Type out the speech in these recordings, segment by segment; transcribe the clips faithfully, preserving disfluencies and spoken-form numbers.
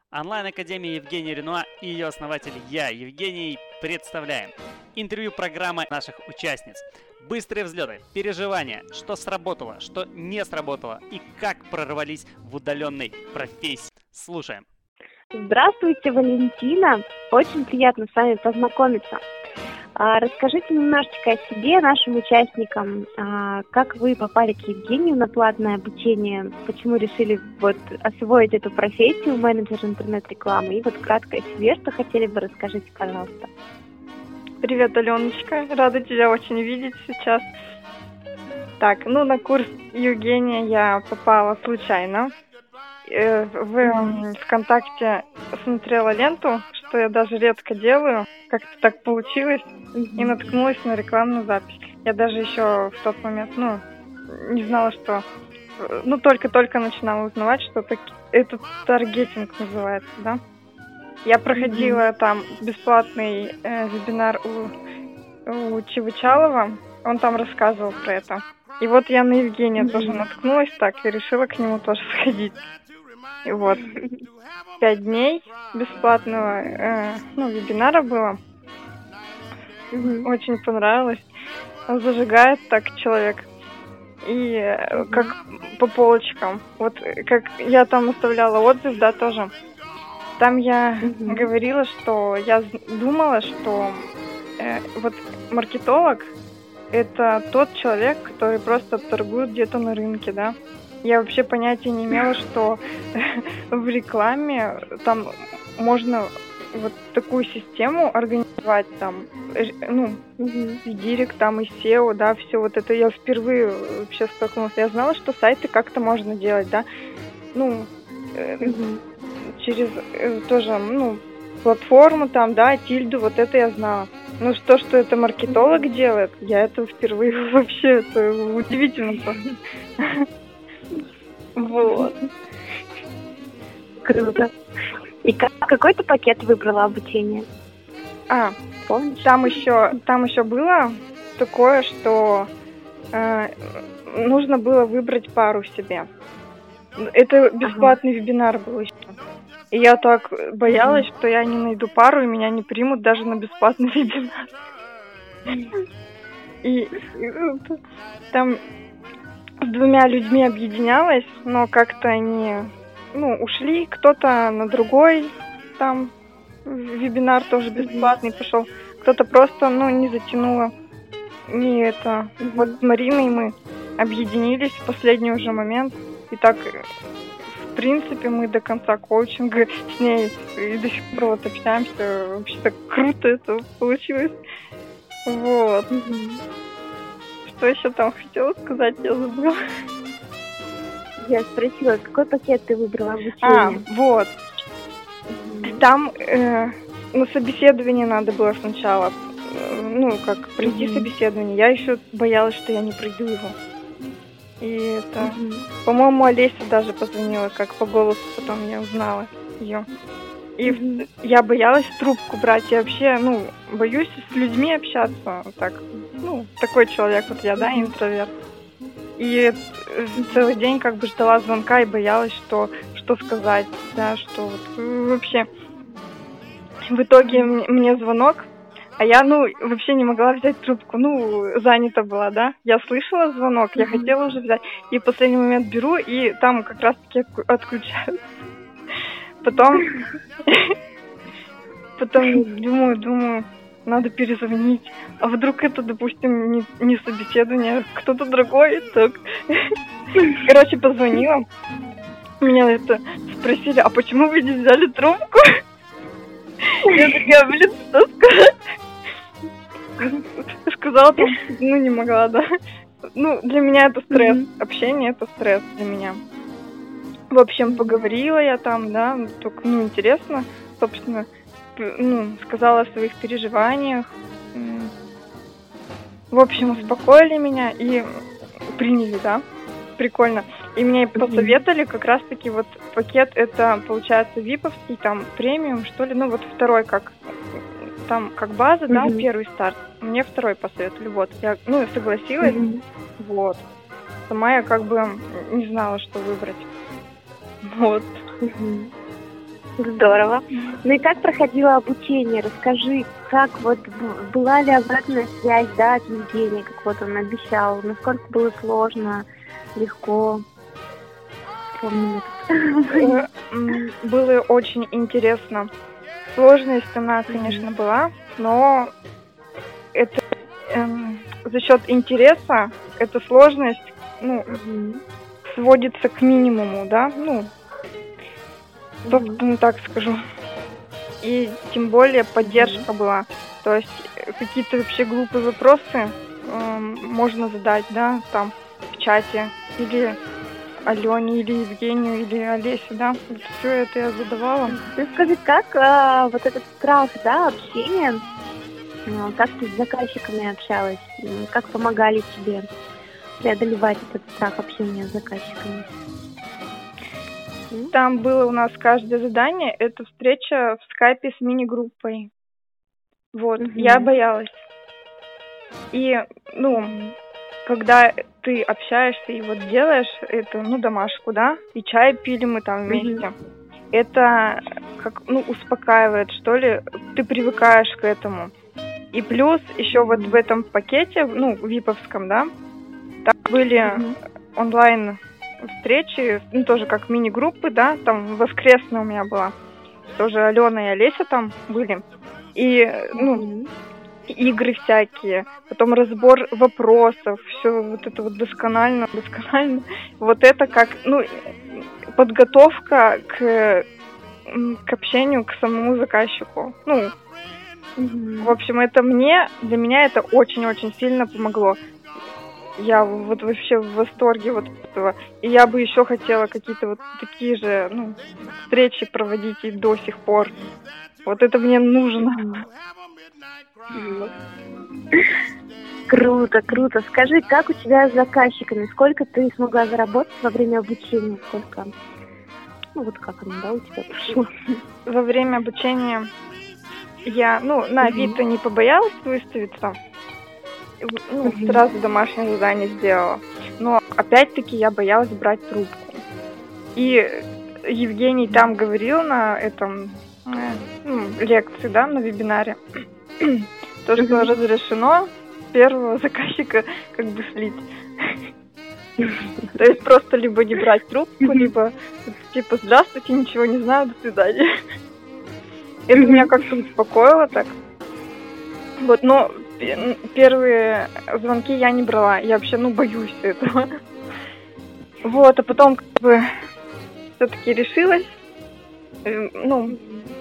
Онлайн-академия Евгения Ренуа и ее основатель я, Евгений, представляем интервью программы наших участниц. Быстрые взлеты, переживания, что сработало, что не сработало и как прорвались в удаленной профессии. Слушаем. Здравствуйте, Валентина. Очень приятно с вами познакомиться. Расскажите немножечко о себе, нашим участникам, как вы попали к Евгению на платное обучение, почему решили вот освоить эту профессию, менеджер интернет-рекламы, и вот кратко о себе, что хотели бы, расскажите, пожалуйста. Привет, Аленочка, рада тебя очень видеть сейчас. Так, ну на курс Евгения я попала случайно. В ВКонтакте смотрела ленту, что я даже редко делаю, как-то так получилось, и наткнулась на рекламную запись. Я даже еще в тот момент, ну, не знала, что... Ну, только-только начинала узнавать, что так... это таргетинг называется, да. Я проходила mm-hmm. там бесплатный э, вебинар у, у Чивычалова, он там рассказывал про это. И вот я на Евгения mm-hmm. тоже наткнулась так и решила к нему тоже сходить. И вот, пять дней бесплатного э, ну, вебинара было. Mm-hmm. Очень понравилось. Он зажигает так человек. И э, как по полочкам. Вот как я там оставляла отзыв, да, тоже. Там я mm-hmm. говорила, что я думала, что э, вот маркетолог это тот человек, который просто торгует где-то на рынке, да. Я вообще понятия не имела, что в рекламе там можно вот такую систему организовать, там, ну, и директ, там, и сео, да, все вот это. Я впервые вообще столкнулась. Я знала, что сайты как-то можно делать, да, ну, через тоже, ну, платформу там, да, тильду, вот это я знала. Ну, что, что это маркетолог делает, я это впервые вообще, это удивительно просто. Вот. Круто. И как, какой ты пакет выбрала обучение? А, помнишь? Там еще, там еще было такое, что э, нужно было выбрать пару себе. Это бесплатный ага. вебинар был еще. И я так боялась, mm-hmm. что я не найду пару, и меня не примут даже на бесплатный вебинар. И, и там с двумя людьми объединялась, но как-то они, ну, ушли, кто-то на другой там вебинар тоже бесплатный пошел, кто-то просто, ну, не затянуло. Не это. Вот с Мариной мы объединились в последний уже момент, и так, в принципе, мы до конца коучинга с ней и до сих пор вот общаемся. Вообще так круто это получилось. Вот. Что еще там хотела сказать, я забыла. Я спросила, какой пакет ты выбрала обучение? А, вот. Mm-hmm. Там э, на собеседование надо было сначала, э, ну, как пройти mm-hmm. собеседование. Я еще боялась, что я не пройду его. И это, mm-hmm. по-моему, Олеся даже позвонила, как по голосу потом я узнала ее. И mm-hmm. я боялась трубку брать. Я вообще, ну, боюсь с людьми общаться. Так, ну, такой человек вот я, mm-hmm. да, интроверт. И целый день как бы ждала звонка и боялась, что, что сказать, да, что вот вообще. В итоге мне звонок, а я, ну, вообще не могла взять трубку. Ну, занята была, да. Я слышала звонок, mm-hmm. я хотела уже взять. И в последний момент беру, и там как раз-таки отключают. Потом, потом думаю, думаю, надо перезвонить. А вдруг это, допустим, не, не собеседование, а кто-то другой. Так. Короче, позвонила. Меня это спросили, а почему вы не взяли трубку? Я такая, блин, что сказать? Сказала там, ну не могла, да. Ну, для меня это стресс. Общение это стресс для меня. В общем, поговорила я там, да, только, ну, интересно, собственно, ну, сказала о своих переживаниях. В общем, успокоили меня и приняли, да, прикольно. И мне посоветовали как раз-таки вот пакет, это, получается, виповский, там, премиум, что ли, ну, вот второй как, там, как база, да, mm-hmm. первый старт. Мне второй посоветовали, вот, я, ну, согласилась, mm-hmm. вот. Сама я как бы не знала, что выбрать. Вот. Здорово. Ну и как проходило обучение? Расскажи, как вот б- была ли обратная связь, да, от Евгения, как вот он обещал, насколько было сложно, легко? Помню Э, м, Было очень интересно. Сложность она, конечно, была, но это эм, за счет интереса эта сложность, ну, Мгм. сводится к минимуму, да, ну, Мгм. собственно, так скажу. И тем более поддержка была. То есть э, какие-то вообще глупые вопросы эм, можно задать, да, там в чате, или Алене, или Евгению, или Олесе, да. Вот все это я задавала. Ты скажи, как а, вот этот страх, да, общения, а, как ты с заказчиками общалась, м, как помогали тебе преодолевать этот страх общения с заказчиками? М? Там было у нас каждое задание, это встреча в скайпе с мини-группой. Вот, Мгм. я боялась. И, ну, когда ты общаешься и вот делаешь эту, ну, домашку, да, и чай пили мы там вместе, это как, ну, успокаивает, что ли, ты привыкаешь к этому. И плюс еще вот в этом пакете, ну, виповском, да, там были Мгм. онлайн встречи, ну, тоже как мини-группы, да, там воскресная у меня была, тоже Алена и Олеся там были, и, ну, Мгм. игры всякие, потом разбор вопросов, все вот это вот досконально, досконально, вот это как, ну, подготовка к, м, к общению к самому заказчику, ну, Мгм. в общем, это мне, для меня это очень-очень сильно помогло. Я вот вообще в восторге вот от этого. И я бы еще хотела какие-то вот такие же, ну, встречи проводить и до сих пор. Вот это мне нужно. Мгм. Вот. Круто, круто. Скажи, как у тебя с заказчиками? Сколько ты смогла заработать во время обучения? Сколько? Ну вот как оно, да, у тебя прошло? Во время обучения я, ну, на Мгм. Авито не побоялась выставиться. Ну, Мгм. сразу домашнее задание сделала. Но опять-таки я боялась брать трубку. И Евгений там говорил на этом э, ну, лекции, да, на вебинаре, то, что Мгм. разрешено первого заказчика как бы слить. То есть просто либо не брать трубку, Мгм. либо типа здравствуйте, ничего не знаю, до свидания. Это меня как-то успокоило так. Вот, но пе- первые звонки я не брала. Я вообще, ну, боюсь этого. Вот, а потом как бы все-таки решилась. Э, Ну,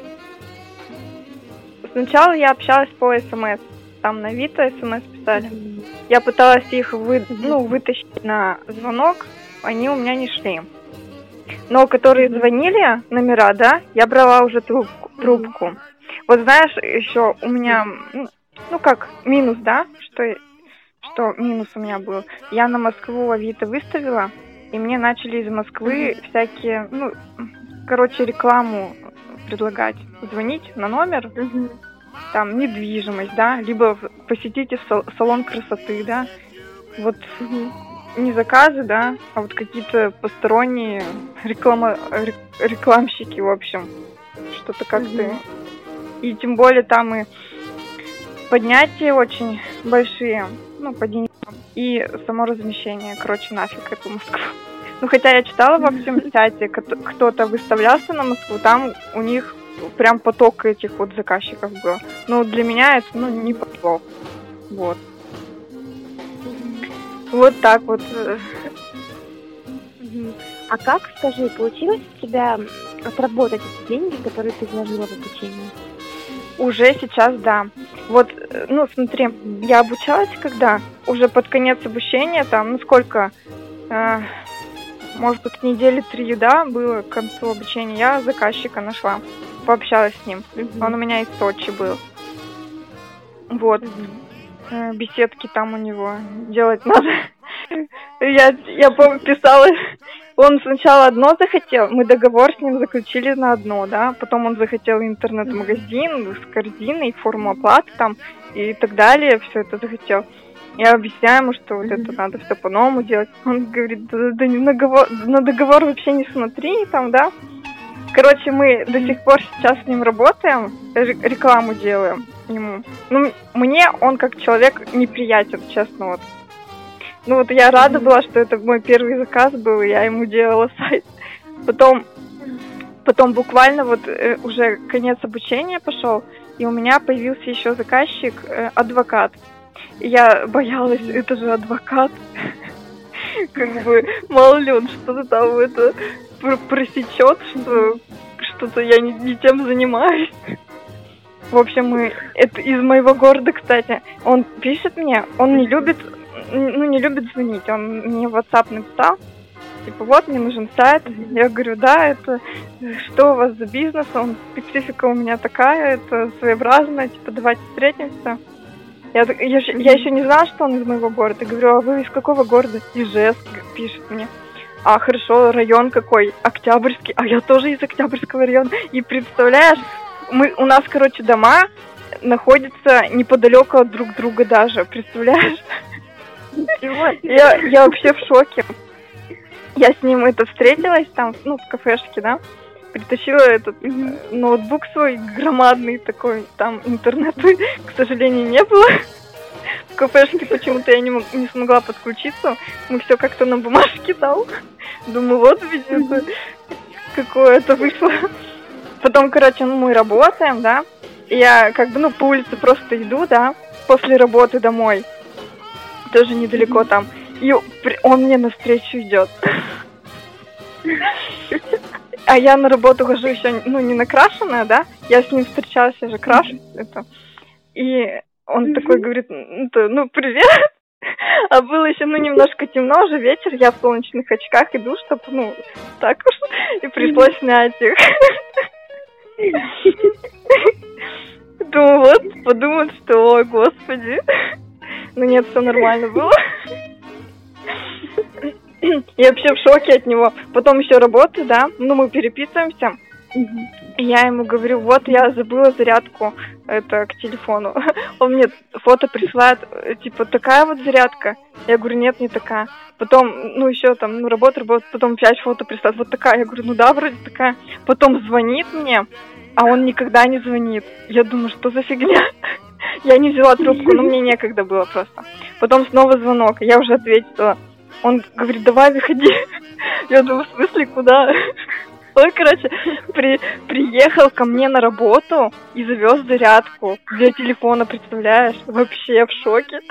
сначала я общалась по СМС. Там на Авито СМС писали. Мгм. Я пыталась их вы, Мгм. ну, вытащить на звонок, они у меня не шли. Но которые звонили, номера, да, я брала уже трубку. трубку. Вот знаешь, еще у меня, ну, ну как, минус, да, что, что минус у меня был. Я на Москву Авито выставила, и мне начали из Москвы всякие, ну, короче, рекламу предлагать. Звонить на номер, Мгм. там, недвижимость, да, либо в- посетите сал- салон красоты, да. Вот Мгм. не заказы, да, а вот какие-то посторонние реклама, ре- рекламщики, в общем, что-то как-то. Мгм. И тем более там и поднятия очень большие, ну, по деньгам, и само размещение, короче, нафиг эту Москву. Ну, хотя я читала во всем чате, кото- кто-то выставлялся на Москву, там у них прям поток этих вот заказчиков был. Но для меня это, ну, не пошло. Вот. Вот так вот. э, Мгм. А как, скажи, получилось у тебя м, отработать эти деньги, которые ты вложила в обучение? Уже сейчас, да. Вот, э, ну, смотри, я обучалась когда? Уже под конец обучения, там, ну, сколько? э, может быть, недели три, да, было к концу обучения. Я заказчика нашла, пообщалась с ним. Мгм. Он у меня из Сочи был. Вот. Мгм. э, беседки там у него делать надо. Я, я помню, писала, он сначала одно захотел, мы договор с ним заключили на одно, да, потом он захотел интернет-магазин с корзиной, форму оплаты там и так далее, все это захотел. Я объясняю ему, что вот это надо все по-новому делать. Он говорит, да, да, на, договор, на договор вообще не смотри, там, да. Короче, мы до сих пор сейчас с ним работаем, рекламу делаем ему. Ну, мне он как человек неприятен, честно, вот. Ну, вот я рада была, что это мой первый заказ был, и я ему делала сайт. Потом, потом буквально вот э, уже конец обучения пошел, и у меня появился еще заказчик, э, адвокат. И я боялась, это же адвокат. Как бы, мало ли он что-то там это просечет, что что-то я не, не тем занимаюсь. В общем, мы, это из моего города, кстати. Он пишет мне, он не любит, ну, не любит звонить. Он мне в WhatsApp написал, типа, вот, мне нужен сайт. Я говорю, да, это, что у вас за бизнес? Он, специфика у меня такая, это своеобразная, типа, давайте встретимся. Я, я, я еще не знала, что он из моего города. Говорю, а вы из какого города? Ижевск, пишет мне. А, хорошо, район какой? Октябрьский. А я тоже из Октябрьского района. И представляешь, мы, у нас, короче, дома находятся неподалеку от друг друга даже. Представляешь? Я, я вообще в шоке. Я с ним это встретилась там, ну, в кафешке, да? Притащила этот mm-hmm. ноутбук свой громадный такой, там интернета, к сожалению, не было. В кафешке почему-то я не, мог, не смогла подключиться. Мы все как-то на бумажке дал. Думаю, вот ведь это какое-то вышло. Потом, короче, ну, мы работаем, да. И я как бы, ну, по улице просто иду, да, после работы домой. Тоже недалеко там. И он мне навстречу идет. А я на работу хожу еще, ну, не накрашенная, да? Я с ним встречалась, я же крашусь, это. И он mm-hmm. такой говорит, ну, привет. А было еще, ну, немножко темно, уже вечер, я в солнечных очках иду, чтобы, ну, так уж, и пришлось mm-hmm. снять их. Думаю, вот, подумают, что, о, господи. Ну, нет, все нормально было. Я вообще в шоке от него. Потом еще работаю, да, ну мы переписываемся. Mm-hmm. И я ему говорю, вот я забыла зарядку это к телефону. Он мне фото присылает, типа, такая вот зарядка. Я говорю, нет, не такая. Потом, ну еще там, ну работа, работа, потом пять фото присылает, вот такая. Я говорю, ну да, вроде такая. Потом звонит мне, а он никогда не звонит. Я думаю, что за фигня? Я не взяла трубку, но мне некогда было просто. Потом снова звонок, я уже ответила. Он говорит, давай, выходи. Я думаю, в смысле, куда? Он, короче, при, приехал ко мне на работу и завез зарядку для телефона, представляешь? Вообще в шоке.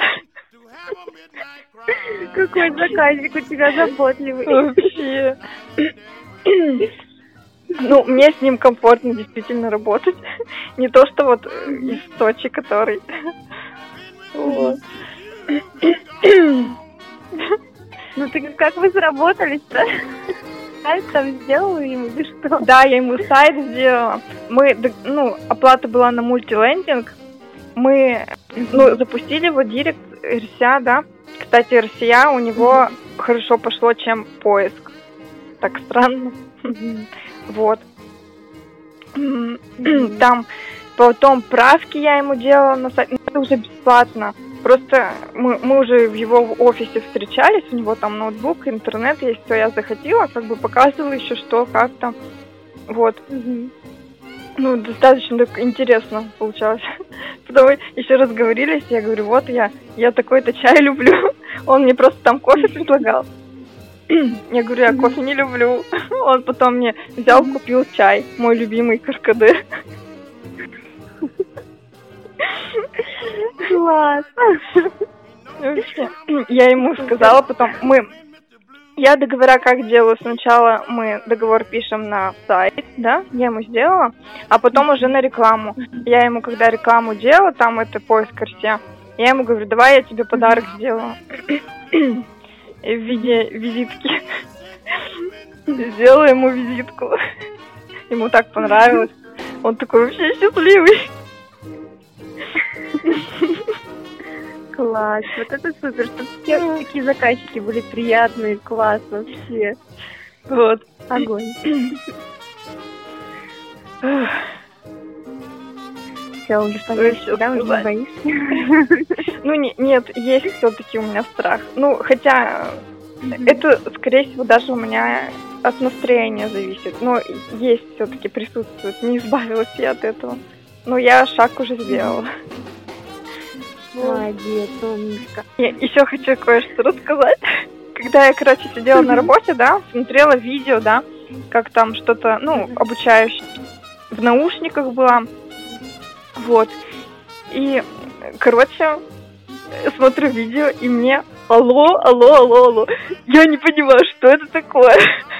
Какой заказик у тебя заботливый. Вообще. Ну, мне с ним комфортно действительно работать. Не то, что вот из Сочи, который... Вот. Ну, ты как вы заработались-то? Сайт там сделала ему, или что? Да, я ему сайт сделала. Мы, ну, оплата была на мультилендинг. Мы, ну, запустили его директ эр си эй, да. Кстати, эр си эй у него mm-hmm. хорошо пошло, чем поиск. Так странно. Mm-hmm. Вот. Mm-hmm. Там потом правки я ему делала на сайт. Ну, это уже бесплатно. Просто мы, мы уже в его офисе встречались, у него там ноутбук, интернет есть, все, я захотела, как бы показывала еще что, как там. Вот. Mm-hmm. Ну, достаточно так интересно получалось. Потом еще разговорились, я говорю, вот я, я такой-то чай люблю. Он мне просто там кофе предлагал. Я говорю, я кофе не люблю. Он потом мне взял, купил чай, мой любимый Каркаде. Классно. Вообще. Я ему сказала потом, мы... Я договора как делаю? Сначала мы договор пишем на сайт, да, я ему сделала, а потом уже на рекламу. Я ему, когда рекламу делала, там это поиск эр си эй, я ему говорю, давай я тебе подарок сделаю в виде визитки. Сделала ему визитку. Ему так понравилось. Он такой вообще счастливый. Класс, вот это супер, что все такие заказчики были приятные, класс вообще. Вот. Огонь. Все, уже боишься, да, уже не боишься? Ну, не, нет, есть все-таки у меня страх. Ну, хотя, это, скорее всего, даже у меня от настроения зависит. Но есть все-таки присутствует. Не избавилась я от этого. Но я шаг уже сделала. Молодец, умничка. Я еще хочу кое-что рассказать. Когда я, короче, сидела на работе, да, смотрела видео, да, как там что-то, ну, обучающее. В наушниках была. Вот. И, короче, смотрю видео, и мне алло, алло, алло, алло. Я не понимаю, что это такое.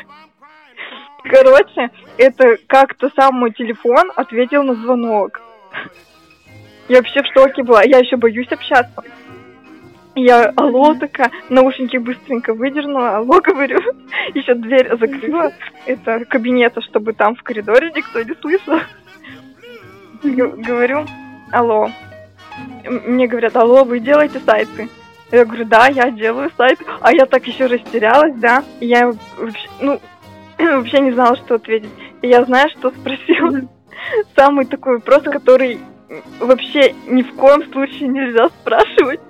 Короче, это как-то сам мой телефон ответил на звонок. Я вообще в шоке была. Я еще боюсь общаться. Я алло такая, наушники быстренько выдернула, алло говорю. Еще дверь закрыла. Это кабинета, чтобы там в коридоре никто не слышал. Говорю, алло. Мне говорят, алло, вы делаете сайты? Я говорю, да, я делаю сайт. А я так еще растерялась, да. И я вообще, ну, вообще не знала, что ответить. И я, знаю, что спросила. Самый такой вопрос, который вообще ни в коем случае нельзя спрашивать.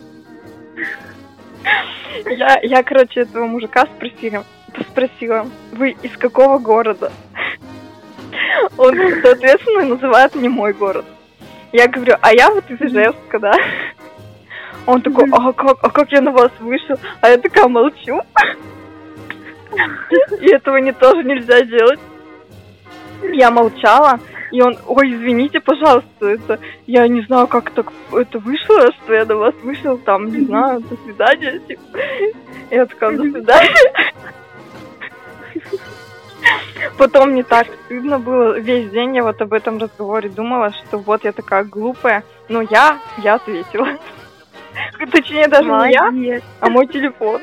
Я, я, короче, этого мужика спросила, спросила, вы из какого города? Он, соответственно, называет мне мой город. Я говорю, а я вот из Ижевска, да? Он такой, а как, а как я на вас вышел? А я такая молчу. И этого не тоже нельзя делать. Я молчала, и он, ой, извините, пожалуйста, это я не знаю, как так это вышло, что я на вас вышел, там, не знаю, до свидания, типа. Я такая, до свидания. Потом мне так стыдно было, весь день я вот об этом разговоре думала, что вот я такая глупая, но я, я ответила. Точнее, даже Молодец. не я, а мой телефон.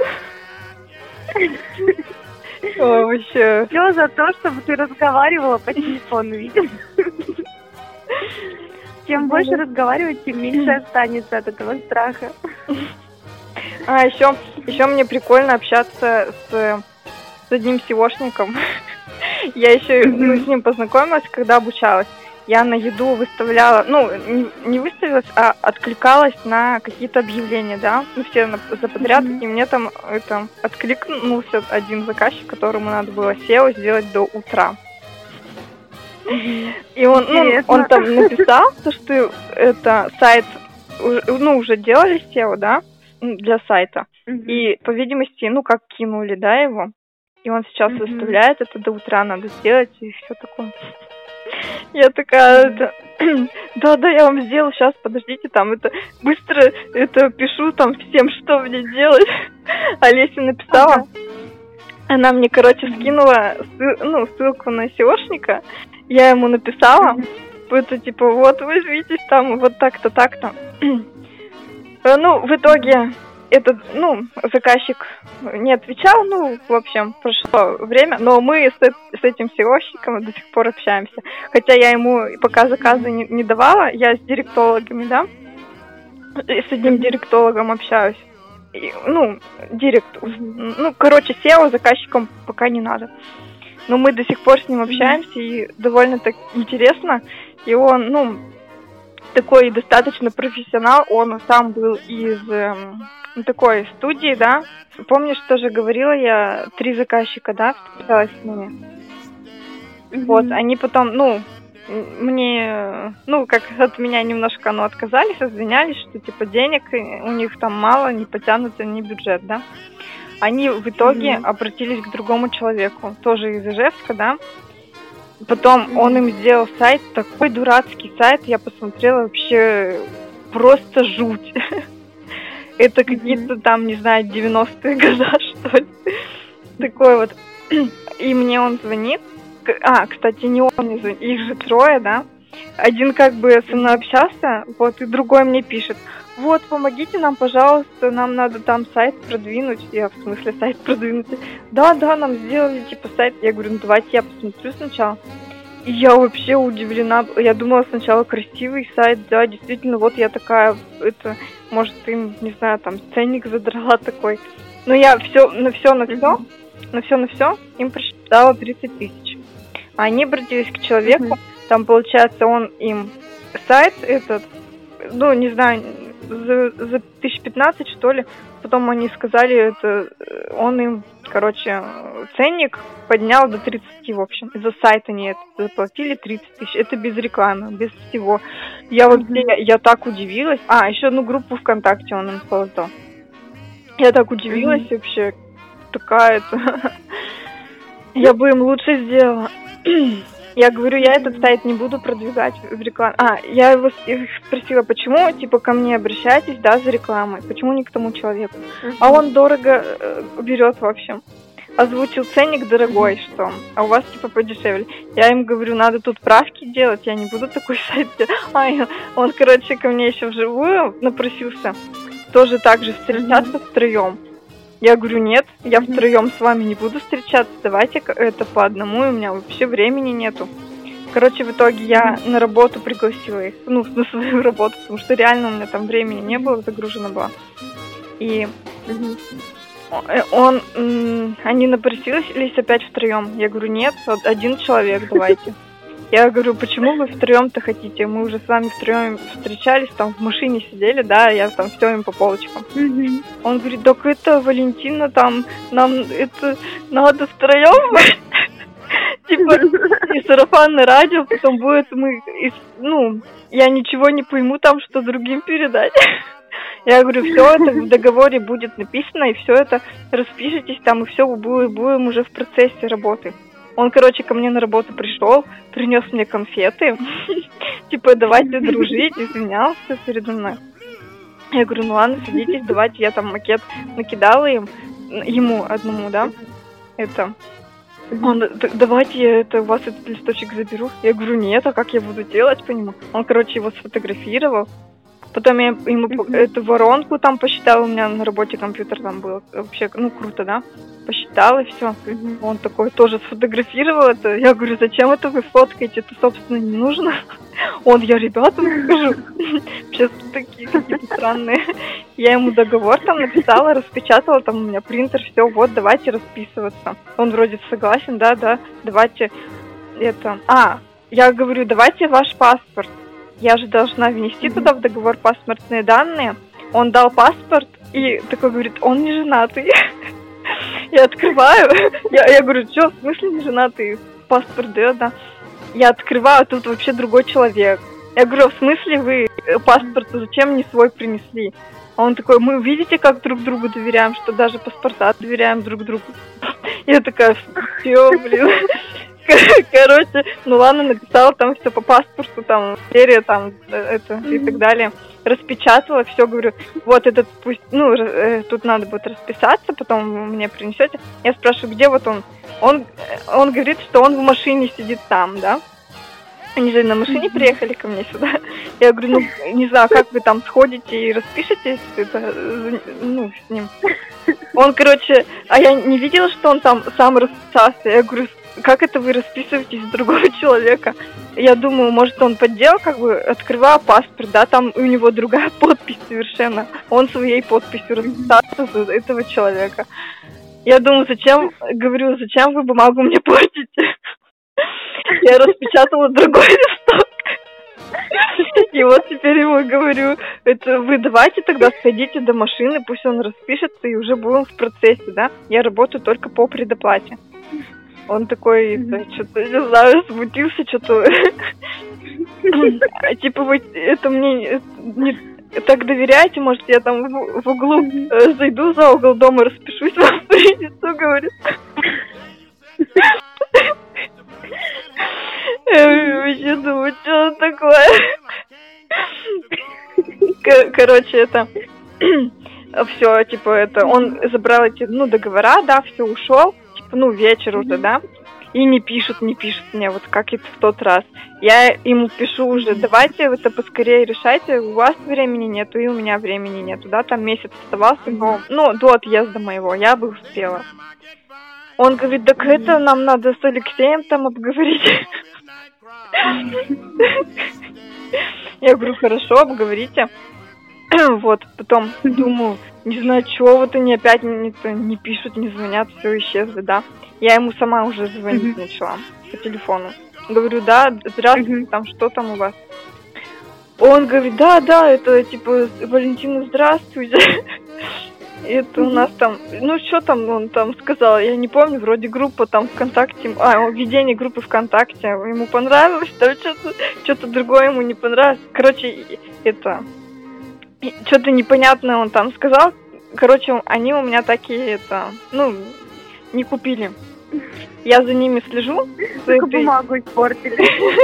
О, вообще. Все за то, чтобы ты разговаривала по телефону, видишь? Чем больше разговаривать, тем меньше останется от этого страха. А, еще, еще мне прикольно общаться с, с одним сеошником. Я еще ну, с ним познакомилась, когда обучалась. Я на еду выставляла, ну, не, не выставилась, а откликалась на какие-то объявления, да, ну, все на, за подрядки, mm-hmm. и мне там это, откликнулся один заказчик, которому надо было сео сделать до утра. Mm-hmm. И он, ну, он там написал, то, что это сайт, ну, уже делали сео, да, для сайта, mm-hmm. и, по видимости, ну, как кинули, да, его, и он сейчас mm-hmm. выставляет, это до утра надо сделать, и все такое. Я такая, да-да, я вам сделаю, сейчас, подождите, там, это, быстро, это, пишу там всем, что мне делать. Олеся написала, ага. Она мне, короче, скинула, ну, ссылку на сеошника, я ему написала, это, типа, вот, возьмитесь там, вот так-то, так-то. Ну, в итоге, этот, ну, заказчик не отвечал, ну, в общем, прошло время, но мы с, с этим сеошником до сих пор общаемся. Хотя я ему пока заказы не, не давала, я с директологами, да, с одним директологом общаюсь. И, ну, директ, ну, короче, сео заказчиком пока не надо. Но мы до сих пор с ним общаемся, и довольно так интересно. И он, ну, такой достаточно профессионал, он сам был из эм, такой студии, да. Помнишь, тоже говорила я, три заказчика, да, встречалась с ними. Mm-hmm. Вот, они потом, ну, мне, ну, как от меня немножко, ну, отказались, извинялись, что, типа, денег у них там мало, не потянут они бюджет, да. Они в итоге mm-hmm. обратились к другому человеку, тоже из Ижевска, да. Потом mm-hmm. он им сделал сайт, такой дурацкий сайт, я посмотрела, вообще просто жуть. Это какие-то там, не знаю, девяностые года, что ли. Такой вот. И мне он звонит. А, кстати, не он мне звонит, их же трое, да. Один как бы со мной общался, вот, и другой мне пишет. Вот, помогите нам, пожалуйста, нам надо там сайт продвинуть. Я, в смысле, сайт продвинуть? Да, да, нам сделали, типа, сайт. Я говорю, ну, давайте я посмотрю сначала. И я вообще удивлена. Я думала сначала красивый сайт, да, действительно, вот я такая, это, может, им, не знаю, там, ценник задрала такой. Но я все, на все, на все, на все, на все, им просчитала тридцать тысяч. Они обратились к человеку, там, получается, он им сайт этот, ну, не знаю, за, за тысяч пятнадцать, что ли. Потом они сказали, это он им, короче, ценник поднял до тридцати, в общем. За сайт они это заплатили тридцать тысяч. Это без рекламы, без всего. Я вообще, я, я так удивилась. А, еще одну группу ВКонтакте он им создал. Я так удивилась mm-hmm. вообще. Такая-то. Я бы им лучше сделала. Я говорю, я этот сайт не буду продвигать в рекламе. А, я его спросила, почему, типа, ко мне обращайтесь, да, за рекламой. Почему не к тому человеку? Uh-huh. А он дорого э, берет, в общем. Озвучил ценник дорогой, uh-huh. что, а у вас, типа, подешевле. Я им говорю, надо тут правки делать, я не буду такой сайт делать. А, он, короче, ко мне еще вживую напросился. Тоже так же встречаться uh-huh. втроем. Я говорю, нет, я втроем с вами не буду встречаться, давайте это по одному, у меня вообще времени нету. Короче, в итоге я на работу пригласила их, ну, на свою работу, потому что реально у меня там времени не было, загружено было. И он, они напросились опять втроем. Я говорю, нет, один человек давайте. Я говорю, почему вы втроем-то хотите? Мы уже с вами втроем встречались, там в машине сидели, да, я там все им по полочкам. Mm-hmm. Он говорит, так это, Валентина, там, нам это надо втроем. Типа, и сарафанное радио, потом будет мы, ну, я ничего не пойму там, что другим передать. Я говорю, все это в договоре будет написано, и все это распишитесь там, и все, будем уже в процессе работы. Он, короче, ко мне на работу пришел, принес мне конфеты, типа, давайте дружить, извинялся передо мной. Я говорю, ну ладно, садитесь, давайте, я там макет накидала им, ему одному, да, это. Он, давайте я это, у вас этот листочек заберу. Я говорю, нет, а как я буду делать по нему? Он, короче, его сфотографировал. Потом я ему mm-hmm. эту воронку там посчитала, у меня на работе компьютер там был. Вообще, ну, круто, да? Посчитал и все. Mm-hmm. Он такой тоже сфотографировал это. Я говорю, зачем это вы фоткаете? Это, собственно, не нужно. Он, я ребятам покажу. Сейчас такие какие-то странные. Я ему договор там написала, распечатала, там у меня принтер, все, вот, давайте расписываться. Он вроде согласен, да, да, давайте это... А, я говорю, давайте ваш паспорт. Я же должна внести туда в договор паспортные данные. Он дал паспорт и такой говорит, он не женатый. Я открываю, я, я говорю, что, в смысле не женатый? Паспорт дает, да. Я открываю, а тут вообще другой человек. Я говорю, в смысле вы паспорт зачем не свой принесли? А он такой, мы видите, как друг другу доверяем, что даже паспорта доверяем друг другу. Я такая, все, блин. Короче, ну ладно, написала там все по паспорту, там, серия, там, это, mm-hmm. и так далее. Распечатала, все, говорю, вот этот пусть, ну, э, тут надо будет расписаться, потом вы мне принесете. Я спрашиваю, где вот он? Он, он говорит, что он в машине сидит там, да? Они же на машине приехали ко мне сюда. Я говорю, ну, не знаю, как вы там сходите и распишетесь, это, ну, с ним. Он, короче, а я не видела, что он там сам расписался. Я говорю, как это вы расписываетесь за другого человека? Я думаю, может, он подделал, как бы, открываю паспорт, да, там у него другая подпись совершенно. Он своей подписью расписался за этого человека. Я думаю, зачем, говорю, зачем вы бумагу мне портите? Я распечатала другой листок. И вот теперь ему говорю, это вы давайте тогда сходите до машины, пусть он распишется, и уже будем в процессе, да? Я работаю только по предоплате. Он такой, mm-hmm. что-то, не знаю, смутился, что-то... Типа, вы это мне не так доверяете, может, я там в углу mm-hmm. зайду за угол дома, распишусь, вам принесу, говорит. Я вообще думаю, что такое? Короче, это... Все, типа, это... Он забрал эти, ну, договора, да, все, ушел. Ну, вечер уже, да, и не пишут, не пишут мне, вот как это в тот раз. Я ему пишу уже, давайте это поскорее решайте, у вас времени нету, и у меня времени нету, да, там месяц оставался, но, ну, до отъезда моего, я бы успела. Он говорит, так это нам надо с Алексеем там обговорить. Я говорю, хорошо, обговорите. Вот, потом думаю, не знаю, чего вот они опять не, не пишут, не звонят, все исчезли, да. Я ему сама уже звонить mm-hmm. начала по телефону. Говорю, да, здравствуйте, mm-hmm. там, что там у вас? он говорит, да, да, это типа Валентина, здравствуйте. Это у нас там, ну что там он там сказал, я не помню, вроде группа там ВКонтакте, а, введение группы ВКонтакте, ему понравилось, там что-то, что-то другое ему не понравилось. Короче, это, что-то непонятное он там сказал. Короче, они у меня такие, это, ну, не купили. Я за ними слежу. Только бумагу испортили.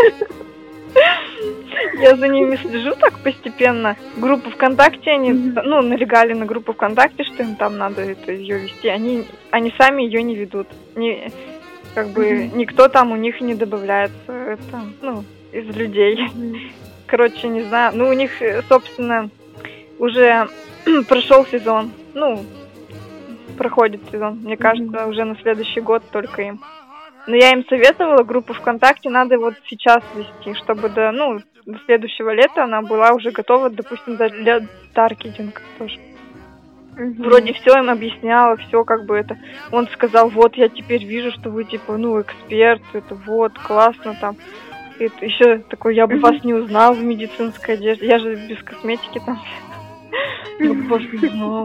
Я за ними слежу так постепенно. Группу ВКонтакте, они, mm-hmm. ну, налегали на группу ВКонтакте, что им там надо это, ее вести. Они, они сами ее не ведут. Не, как бы mm-hmm. никто там у них не добавляется. Это, ну, из людей. Mm-hmm. Короче, не знаю. Ну, у них, собственно, уже прошел сезон. Ну, проходит сезон. Мне кажется, mm-hmm. уже на следующий год только им. Но я им советовала, группу ВКонтакте надо вот сейчас вести, чтобы до, ну, до следующего лета она была уже готова, допустим, для таргетинга тоже. Mm-hmm. Вроде все им объясняла, все как бы это. Он сказал, вот я теперь вижу, что вы типа, ну, эксперт, это вот, классно там. Это еще такой, я бы mm-hmm. вас не узнал в медицинской одежде. Я же без косметики там. Я бы вас не узнал.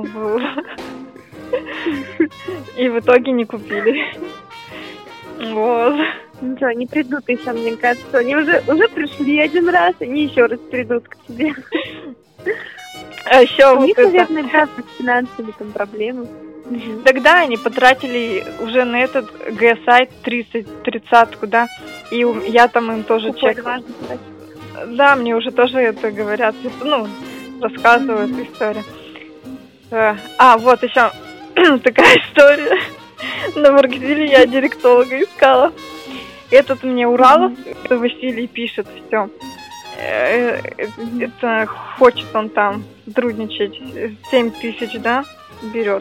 И в итоге не купили. Вот. Ничего, они придут еще, мне кажется. Они уже, уже пришли один раз, они еще раз придут к тебе. А еще У вот них, это... наверное, да, с финансами там проблемы. Угу. Тогда они потратили уже на этот Г-сайт тридцать тридцатку, да, и я там им тоже чекала. Да, мне уже тоже это говорят, ну, рассказывают mm-hmm. историю. А, вот еще такая история. На Воркзиле я директолога искала. Этот мне Уралов, mm-hmm. Василий пишет, все. Mm-hmm. Это хочет он там сотрудничать. семь тысяч, да, берет.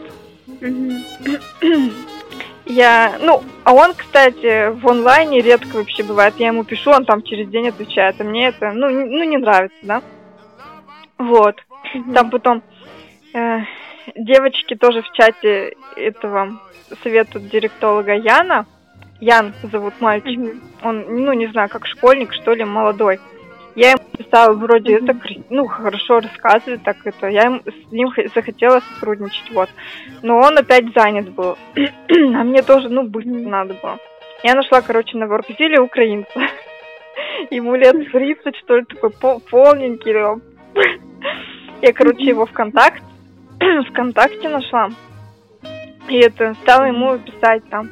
Mm-hmm. Я, ну, а он, кстати, в онлайне редко вообще бывает. Я ему пишу, он там через день отвечает. А мне это, ну, не, ну, не нравится, да. Вот. Mm-hmm. Там потом э, девочки тоже в чате этого советуют директолога Яна. Ян зовут мальчик. Mm-hmm. Он, ну, не знаю, как школьник, что ли, молодой. Я ему писала, вроде mm-hmm. это, ну, хорошо рассказывает, так это. Я ему, с ним захотела сотрудничать, вот. Но он опять занят был. А мне тоже, ну, быстро mm-hmm. надо было. Я нашла, короче, на Воркзиле украинца. Ему лет тридцать, что ли, такой полненький. Я, короче, его ВКонтакте, ВКонтакте нашла. И это, стала ему писать там.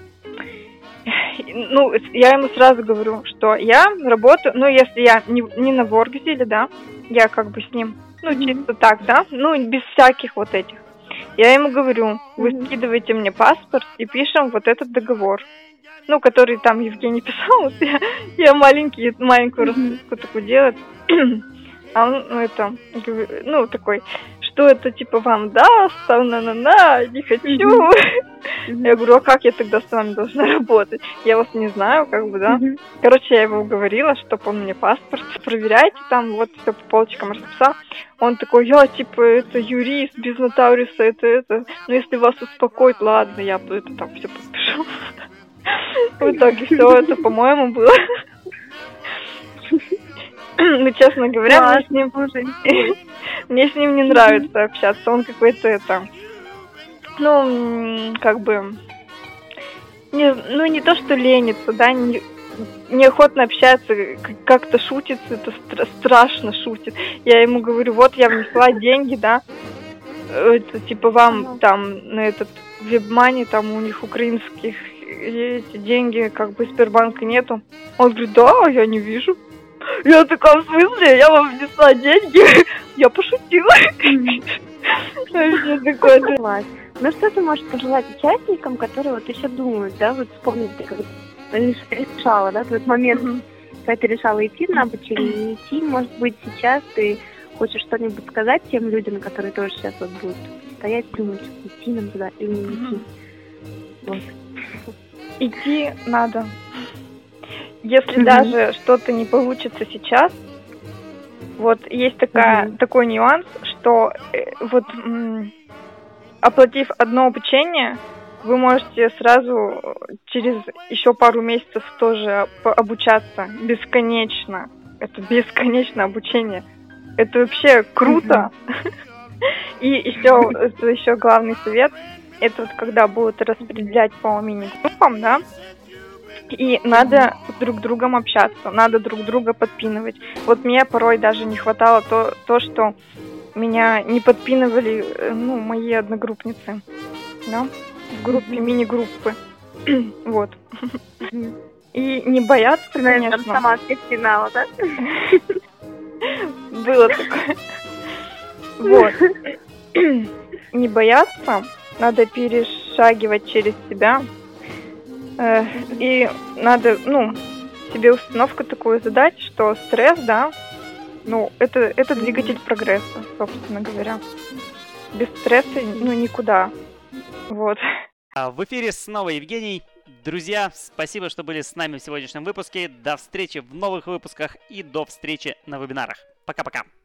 Ну, я ему сразу говорю, что я работаю, ну, если я не, не на Воркзиле, да, я как бы с ним, ну, чисто так, да, ну, без всяких вот этих. Я ему говорю, вы скидываете мне паспорт и пишем вот этот договор. Ну, который там Евгений писал, вот я, я маленький, маленькую расписку такую делаю. А он, ну, это, ну, такой, что это, типа, вам даст, там, на-на-на, не хочу. Mm-hmm. Я говорю, а как я тогда с вами должна работать? Я вас не знаю, как бы, да. Mm-hmm. Короче, я его уговорила, чтобы он мне паспорт проверяйте, там, вот, все по полочкам расписал. Он такой, я, типа, это юрист, без нотариуса, это, это, ну, если вас успокоит, ладно, я это там все подпишу. В итоге все это, по-моему, было. Ну, честно говоря, да, мне, с ним, мне с ним не нравится общаться. Он какой-то это, ну, как бы, не, ну, не то, что ленится, да, не, неохотно общается, как-то шутится, это стра- страшно шутит. Я ему говорю, вот я внесла деньги, да, это, типа, вам там на этот вебмани, там у них украинских эти деньги, как бы, Сбербанка нету. Он говорит, да, я не вижу. Я такая, в смысле? Я вам внесла деньги? Я пошутила. Ну, что ты можешь пожелать участникам, которые вот еще думают, да, вот вспомнить, ты как решала, да, тот момент, когда ты решала идти на обучение, не идти, может быть, сейчас ты хочешь что-нибудь сказать тем людям, которые тоже сейчас вот будут стоять, думать, идти нам туда или не идти. Вот. Идти надо. Если mm-hmm. даже что-то не получится сейчас, вот есть такая, mm-hmm. такой нюанс, что э, вот м- оплатив одно обучение, вы можете сразу через еще пару месяцев тоже обучаться бесконечно. Это бесконечное обучение. Это вообще круто. И еще, это еще главный совет, это вот когда будут распределять по мини-группам, да, и надо друг с другом общаться, надо друг друга подпинывать. Вот мне порой даже не хватало то, то что меня не подпинывали, ну, мои одногруппницы, да, в группе, мини-группы. Вот. И не бояться, конечно. Там сама всех финала, да? Было такое. Вот. Не бояться, надо перешагивать через себя. Э, и надо, ну, себе установку такую задать, что стресс, да, ну, это, это двигатель прогресса, собственно говоря. Без стресса, ну, никуда. Вот. А в эфире снова Евгений. Друзья, спасибо, что были с нами в сегодняшнем выпуске. До встречи в новых выпусках и до встречи на вебинарах. Пока-пока.